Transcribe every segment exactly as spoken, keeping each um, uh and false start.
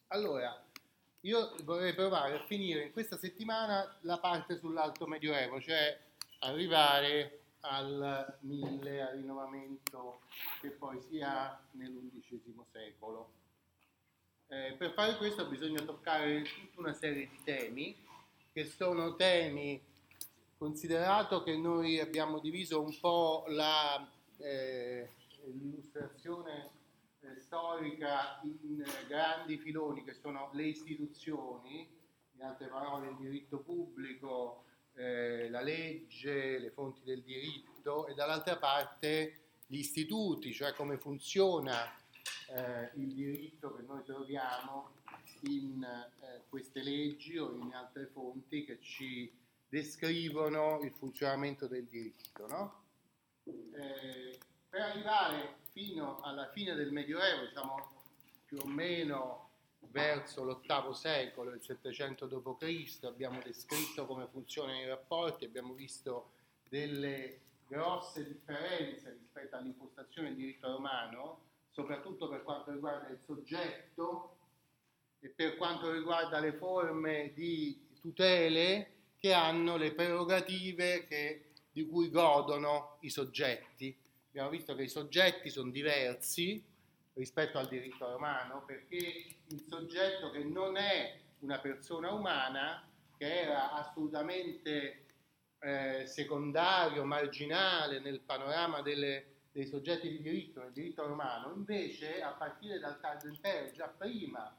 Allora, io vorrei provare a finire in questa settimana la parte sull'Alto Medioevo, cioè arrivare al mille, al rinnovamento che poi si ha nell'undicesimo secolo. Eh, per fare questo bisogna toccare tutta una serie di temi, che sono temi, considerato che noi abbiamo diviso un po' la, eh, l'illustrazione eh, storica in eh, grandi filoni che sono le istituzioni, in altre parole il diritto pubblico, eh, la legge, le fonti del diritto, e dall'altra parte gli istituti, cioè come funziona eh, il diritto che noi troviamo in eh, queste leggi o in altre fonti che ci descrivono il funzionamento del diritto, no? Eh, per arrivare fino alla fine del Medioevo, diciamo più o meno verso l'ottavo secolo, il settecento dopo Cristo, abbiamo descritto come funzionano i rapporti, abbiamo visto delle grosse differenze rispetto all'impostazione del diritto romano, soprattutto per quanto riguarda il soggetto e per quanto riguarda le forme di tutele che hanno le prerogative che, di cui godono i soggetti. Abbiamo visto che i soggetti sono diversi rispetto al diritto romano, perché il soggetto che non è una persona umana, che era assolutamente eh, secondario, marginale nel panorama delle, dei soggetti di diritto nel diritto romano, invece a partire dal tardo impero, già prima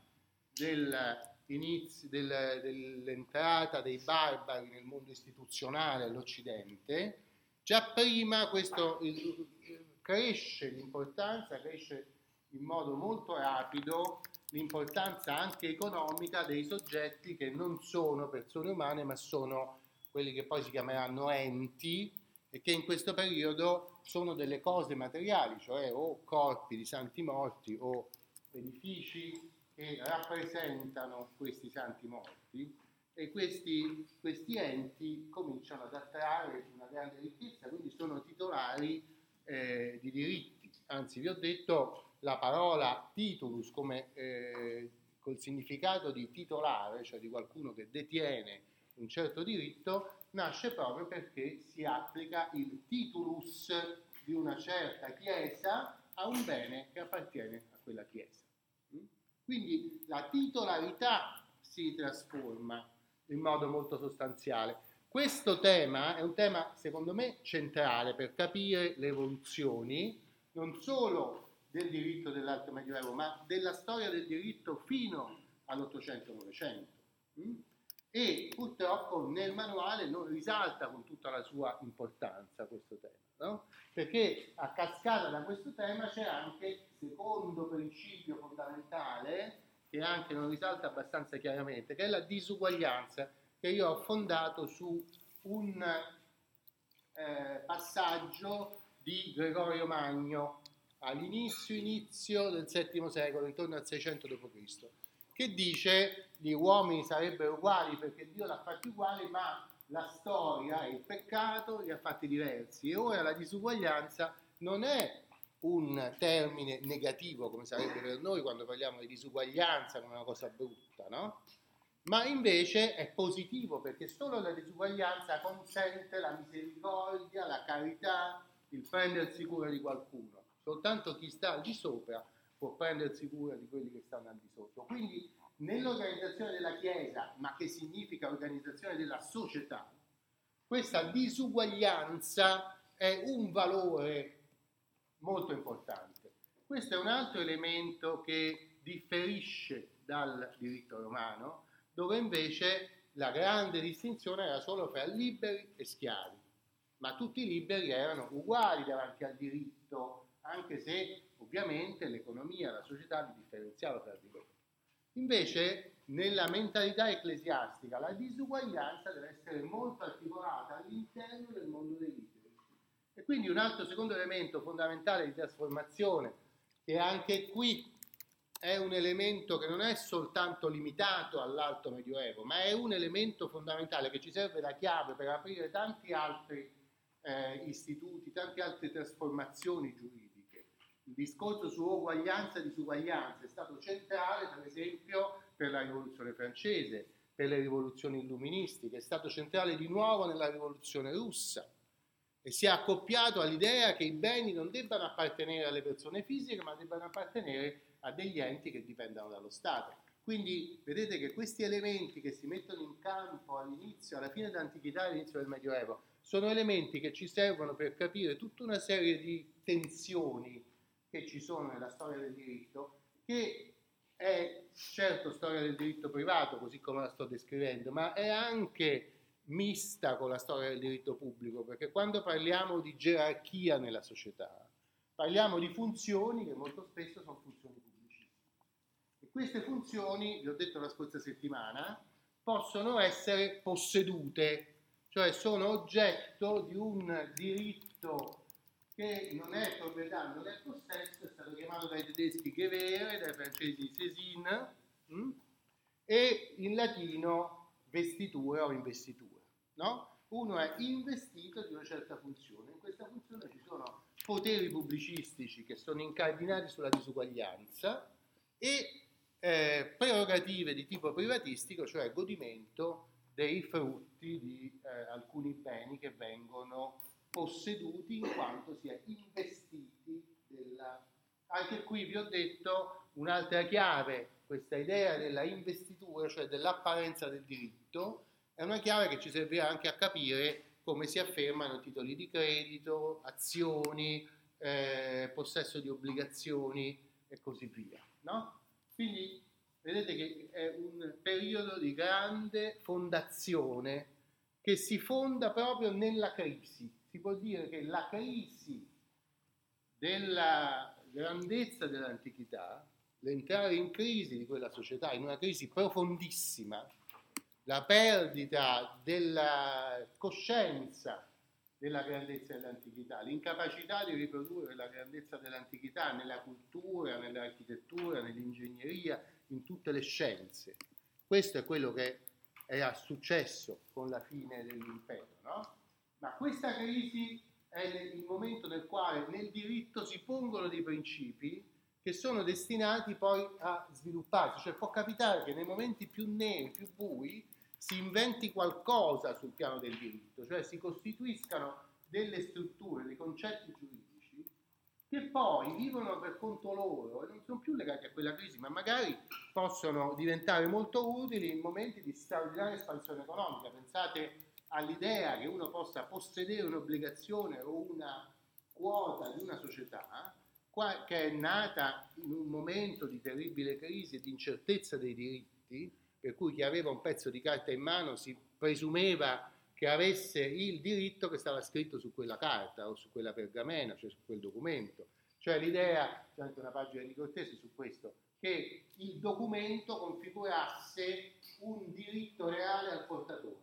dell'inizio, del, dell'entrata dei barbari nel mondo istituzionale all'Occidente, già prima questo il, cresce l'importanza, cresce in modo molto rapido l'importanza anche economica dei soggetti che non sono persone umane ma sono quelli che poi si chiameranno enti e che in questo periodo sono delle cose materiali, cioè o corpi di santi morti o edifici che rappresentano questi santi morti, e questi, questi enti cominciano ad attrarre una grande ricchezza, quindi sono titolari eh, di diritti. Anzi, vi ho detto la parola titulus come eh, col significato di titolare, cioè di qualcuno che detiene un certo diritto, nasce proprio perché si applica il titulus di una certa chiesa a un bene che appartiene a quella chiesa. Quindi la titolarità si trasforma in modo molto sostanziale. Questo tema è un tema, secondo me, centrale per capire le evoluzioni, non solo del diritto dell'Alto Medioevo, ma della storia del diritto fino all'Ottocento Novecento. E purtroppo nel manuale non risalta con tutta la sua importanza questo tema, no? Perché a cascata da questo tema c'è anche il secondo principio fondamentale, che anche non risalta abbastanza chiaramente, che è la disuguaglianza, che io ho fondato su un eh, passaggio di Gregorio Magno all'inizio inizio del settimo secolo, intorno al seicento dopo Cristo, che dice gli uomini sarebbero uguali perché Dio l'ha fatti uguali, ma la storia e il peccato li ha fatti diversi. E ora la disuguaglianza non è un termine negativo come sarebbe per noi quando parliamo di disuguaglianza come una cosa brutta, no? Ma invece è positivo perché solo la disuguaglianza consente la misericordia, la carità, il prendersi cura di qualcuno. Soltanto chi sta al di sopra può prendersi cura di quelli che stanno al di sotto. Quindi nell'organizzazione della Chiesa, ma che significa organizzazione della società, questa disuguaglianza è un valore molto importante. Questo è un altro elemento che differisce dal diritto romano, dove invece la grande distinzione era solo fra liberi e schiavi, ma tutti i liberi erano uguali davanti al diritto, anche se ovviamente l'economia, la società li differenziava tra di loro. Invece nella mentalità ecclesiastica la disuguaglianza deve essere molto articolata all'interno del mondo dei liberi. E quindi un altro secondo elemento fondamentale di trasformazione, che anche qui è un elemento che non è soltanto limitato all'Alto Medioevo, ma è un elemento fondamentale che ci serve da chiave per aprire tanti altri eh, istituti, tante altre trasformazioni giuridiche. Il discorso su uguaglianza e disuguaglianza è stato centrale, per esempio, per la rivoluzione francese, per le rivoluzioni illuministiche, è stato centrale di nuovo nella rivoluzione russa e si è accoppiato all'idea che i beni non debbano appartenere alle persone fisiche, ma debbano appartenere a degli enti che dipendono dallo Stato. Quindi vedete che questi elementi che si mettono in campo all'inizio, alla fine dell'antichità e all'inizio del Medioevo, sono elementi che ci servono per capire tutta una serie di tensioni che ci sono nella storia del diritto, che è certo storia del diritto privato, così come la sto descrivendo, ma è anche mista con la storia del diritto pubblico, perché quando parliamo di gerarchia nella società, parliamo di funzioni che molto spesso sono funzioni pubblicistiche. E queste funzioni, vi ho detto la scorsa settimana, possono essere possedute, cioè sono oggetto di un diritto che non è proprietà, non è possesso, è stato chiamato dai tedeschi Gewehre, dai francesi Cézanne, hm? e in latino vestitura o investitura. No? Uno è investito di una certa funzione, in questa funzione ci sono poteri pubblicistici che sono incardinati sulla disuguaglianza e eh, prerogative di tipo privatistico, cioè godimento dei frutti di eh, alcuni beni che vengono posseduti in quanto si è investiti della... Anche qui vi ho detto un'altra chiave, questa idea della investitura, cioè dell'apparenza del diritto, è una chiave che ci servirà anche a capire come si affermano titoli di credito, azioni, eh, possesso di obbligazioni e così via, no? Quindi vedete che è un periodo di grande fondazione che si fonda proprio nella crisi. Si può dire che la crisi della grandezza dell'antichità, l'entrare in crisi di quella società, in una crisi profondissima, la perdita della coscienza della grandezza dell'antichità, l'incapacità di riprodurre la grandezza dell'antichità nella cultura, nell'architettura, nell'ingegneria, in tutte le scienze. Questo è quello che è successo con la fine dell'impero, no? Ma questa crisi è il momento nel quale nel diritto si pongono dei principi che sono destinati poi a svilupparsi. Cioè può capitare che nei momenti più neri, più bui, si inventi qualcosa sul piano del diritto, cioè si costituiscano delle strutture, dei concetti giuridici che poi vivono per conto loro e non sono più legati a quella crisi, ma magari possono diventare molto utili in momenti di straordinaria espansione economica. Pensate all'idea che uno possa possedere un'obbligazione o una quota di una società che è nata in un momento di terribile crisi e di incertezza dei diritti, per cui chi aveva un pezzo di carta in mano si presumeva che avesse il diritto che stava scritto su quella carta o su quella pergamena, cioè su quel documento. Cioè l'idea, c'è anche una pagina di Cortesi su questo, che il documento configurasse un diritto reale al portatore.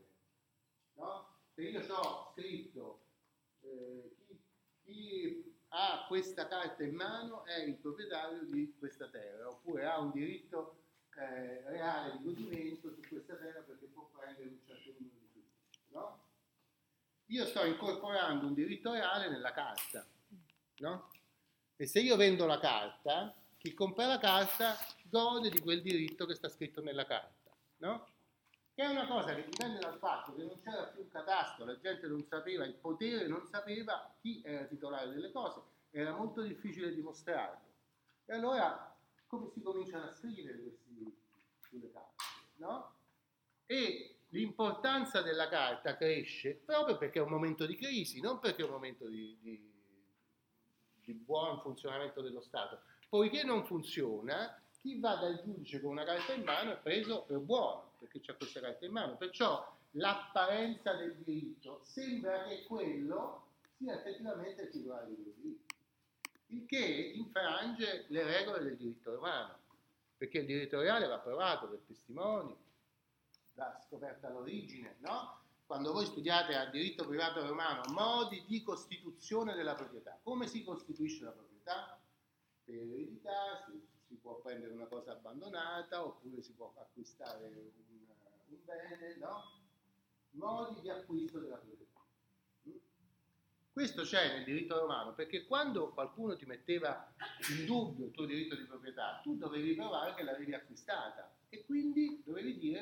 No? Se io ho scritto eh, chi, chi ha questa carta in mano è il proprietario di questa terra, oppure ha un diritto eh, reale di godimento su questa terra perché può prendere un certo numero di frutti, no? Io sto incorporando un diritto reale nella carta, no? E se io vendo la carta, chi compra la carta gode di quel diritto che sta scritto nella carta, no? Che è una cosa che dipende dal fatto che non c'era più un catasto, la gente non sapeva, il potere non sapeva chi era titolare delle cose, era molto difficile dimostrarlo. E allora come si cominciano a scrivere questi diritti sulle carte, no? E l'importanza della carta cresce proprio perché è un momento di crisi, non perché è un momento di, di, di buon funzionamento dello Stato. Poiché non funziona, chi va dal giudice con una carta in mano è preso per buono, perché c'ha questa carta in mano. Perciò l'apparenza del diritto sembra che quello sia effettivamente il titolare del diritto, il che infrange le regole del diritto romano, perché il diritto reale va provato per testimoni, va scoperta l'origine, no? Quando voi studiate al diritto privato romano modi di costituzione della proprietà, come si costituisce la proprietà? Per eredità, si, si può prendere una cosa abbandonata oppure si può acquistare un, un bene, no? Modi di acquisto della proprietà. Questo c'è nel diritto romano, perché quando qualcuno ti metteva in dubbio il tuo diritto di proprietà, tu dovevi provare che l'avevi acquistata e quindi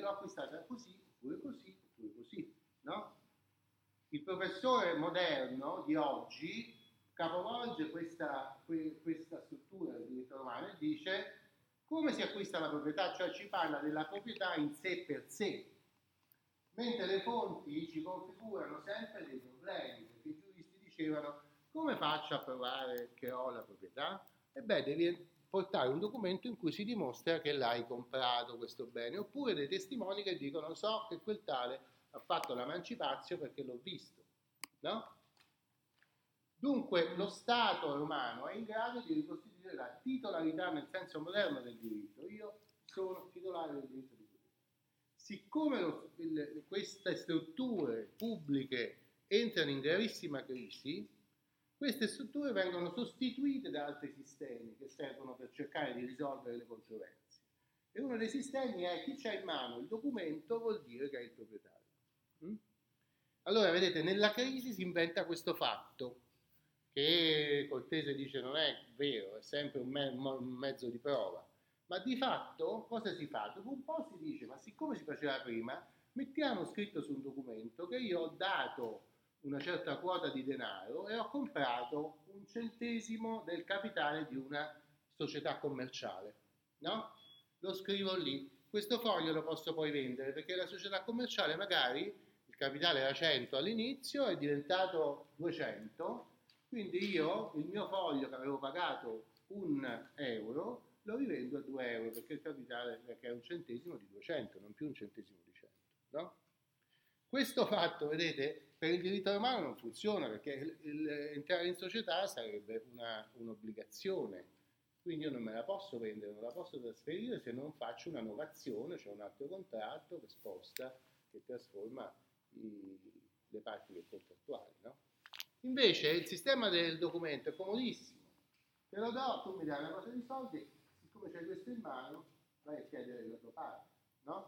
l'ho acquistata così, oppure così, oppure così, no? Il professore moderno di oggi capovolge questa, questa struttura del diritto romano e dice come si acquista la proprietà, cioè ci parla della proprietà in sé per sé, mentre le fonti ci configurano sempre dei problemi, perché i giuristi dicevano come faccio a provare che ho la proprietà? E beh, devi portare un documento in cui si dimostra che l'hai comprato questo bene, oppure dei testimoni che dicono so che quel tale ha fatto la mancipazio perché l'ho visto, no? Dunque lo Stato romano è in grado di ricostituire la titolarità nel senso moderno del diritto. Io sono titolare del diritto di proprietà. Siccome lo, il, queste strutture pubbliche entrano in gravissima crisi, queste strutture vengono sostituite da altri sistemi che servono per cercare di risolvere le controversie. E uno dei sistemi è chi c'ha in mano il documento vuol dire che è il proprietario. Mm? Allora, vedete, nella crisi si inventa questo fatto che Cortese dice non è vero, è sempre un, me- un mezzo di prova, ma di fatto cosa si fa? Dopo un po' si dice, ma siccome si faceva prima, mettiamo scritto su un documento che io ho dato una certa quota di denaro e ho comprato un centesimo del capitale di una società commerciale, no? Lo scrivo lì, questo foglio lo posso poi vendere perché la società commerciale magari il capitale era cento all'inizio, è diventato duecento, quindi io il mio foglio che avevo pagato un euro lo rivendo a due euro perché il capitale che è un centesimo di duecento, non più un centesimo di cento, no? Questo fatto, vedete, per il diritto romano non funziona perché il, il, entrare in società sarebbe una, un'obbligazione, quindi io non me la posso vendere, non la posso trasferire se non faccio una nuova azione, cioè un altro contratto che sposta, che trasforma i, le parti del contrattuali, no? Invece il sistema del documento è comodissimo, te lo do, tu mi dai una cosa di soldi, siccome c'hai questo in mano, vai a chiedere la tua parte, no?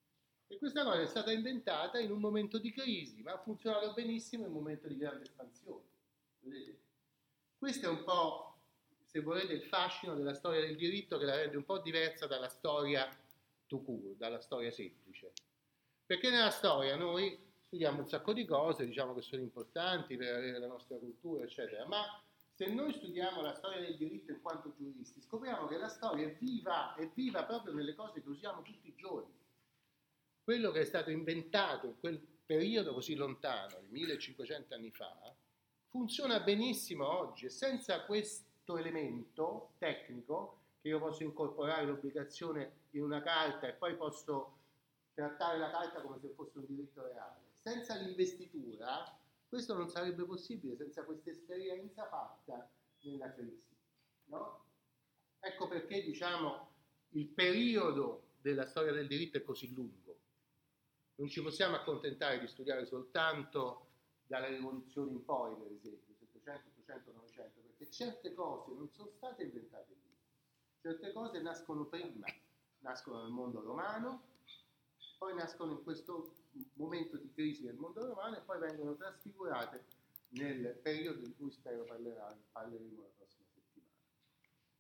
E questa cosa è stata inventata in un momento di crisi, ma ha funzionato benissimo in un momento di grande espansione. Vedete? Questo è un po', se volete, il fascino della storia del diritto che la rende un po' diversa dalla storia tout court, dalla storia semplice. Perché nella storia noi studiamo un sacco di cose, diciamo che sono importanti per avere la nostra cultura, eccetera, ma se noi studiamo la storia del diritto in quanto giuristi, scopriamo che la storia è viva, è viva proprio nelle cose che usiamo tutti i giorni. Quello che è stato inventato in quel periodo così lontano, di millecinquecento anni fa, funziona benissimo oggi e senza questo elemento tecnico, che io posso incorporare l'obbligazione in una carta e poi posso trattare la carta come se fosse un diritto reale, senza l'investitura questo non sarebbe possibile, senza questa esperienza fatta nella crisi, no? Ecco perché, diciamo, il periodo della storia del diritto è così lungo. Non ci possiamo accontentare di studiare soltanto dalla rivoluzione in poi, per esempio, settecento, ottocento, novecento, perché certe cose non sono state inventate lì. Certe cose nascono prima, nascono nel mondo romano, poi nascono in questo momento di crisi del mondo romano e poi vengono trasfigurate nel periodo di cui spero parleremo la prossima